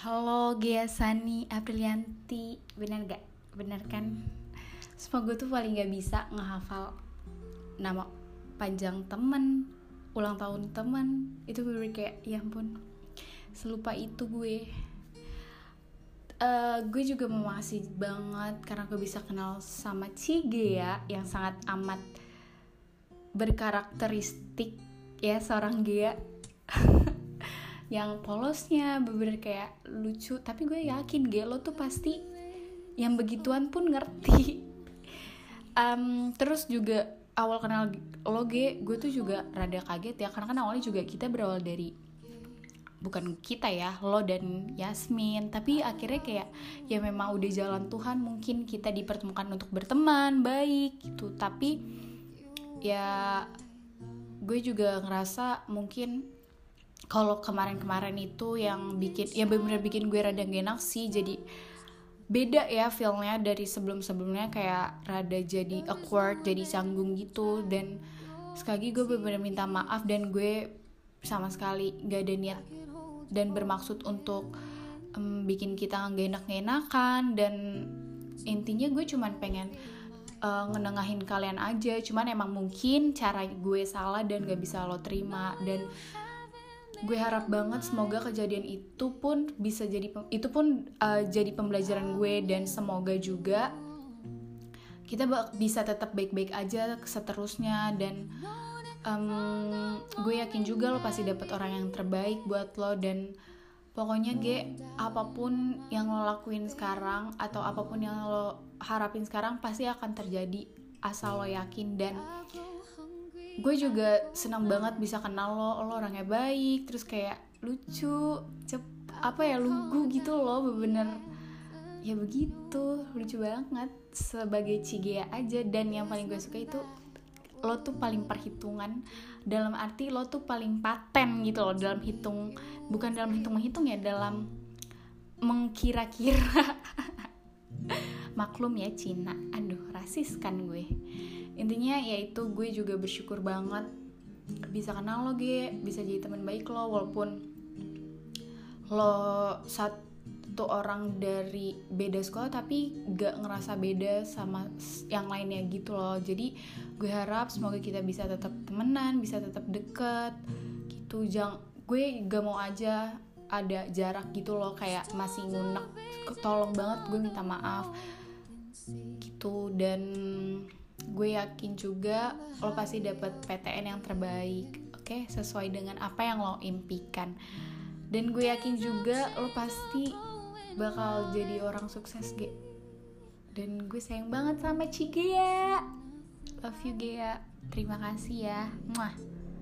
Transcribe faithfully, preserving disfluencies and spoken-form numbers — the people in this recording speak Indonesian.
Halo Gia Sani Aprilianti. Bener gak? Bener kan? Semoga tuh paling gak bisa ngehafal nama panjang temen, ulang tahun temen. Itu bener kayak ya ampun, selupa itu gue. uh, Gue juga mau makasih banget karena gue bisa kenal sama Cigea yang sangat amat berkarakteristik ya, seorang Gea yang polosnya bener-bener kayak lucu. Tapi gue yakin Ge, lo tuh pasti yang begituan pun ngerti. um, Terus juga awal kenal lo Ge, gue tuh juga rada kaget ya, karena kan awalnya juga kita berawal dari, bukan kita ya, lo dan Yasmin. Tapi akhirnya kayak ya memang udah jalan Tuhan, mungkin kita dipertemukan untuk berteman baik gitu. Tapi ya gue juga ngerasa mungkin kalau kemarin-kemarin itu yang bikin, ya bener-bener bikin gue rada gak enak sih. Jadi beda ya feelnya dari sebelum-sebelumnya, kayak rada jadi awkward, jadi canggung gitu. Dan sekali lagi gue bener-bener minta maaf, dan gue sama sekali gak ada niat dan bermaksud untuk um, bikin kita gak enak-enakan. Dan intinya gue cuman pengen uh, ngenengahin kalian aja. Cuman emang mungkin cara gue salah dan gak bisa lo terima. Dan gue harap banget semoga kejadian itu pun bisa jadi itu pun uh, jadi pembelajaran gue, dan semoga juga kita bisa tetap baik-baik aja seterusnya. Dan um, gue yakin juga lo pasti dapet orang yang terbaik buat lo. Dan pokoknya Ge, apapun yang lo lakuin sekarang atau apapun yang lo harapin sekarang pasti akan terjadi, asal lo yakin. Dan gue juga senang banget bisa kenal lo, lo orangnya baik, terus kayak lucu, cep, apa ya, lugu gitu lo, bener-bener ya begitu, lucu banget sebagai Cigea aja. Dan yang paling gue suka itu lo tuh paling perhitungan, dalam arti lo tuh paling paten gitu loh, dalam hitung, bukan dalam hitung-hitung ya, dalam mengkira-kira. Maklum ya Cina, aduh rasis kan gue. Intinya yaitu gue juga bersyukur banget bisa kenal lo Ge, bisa jadi teman baik lo, walaupun lo satu orang dari beda sekolah tapi gak ngerasa beda sama yang lainnya gitu loh. Jadi gue harap semoga kita bisa tetap temenan, bisa tetap deket gitu. Jangan, gue gak mau aja ada jarak gitu loh, kayak masih ngunek. Tolong banget, gue minta maaf gitu. Dan gue yakin juga lo pasti dapet P T N yang terbaik, oke, okay? Sesuai dengan apa yang lo impikan. Dan gue yakin juga lo pasti bakal jadi orang sukses Ge. Dan gue sayang banget sama Cigea. Love you Gea. Terima kasih ya. Muah.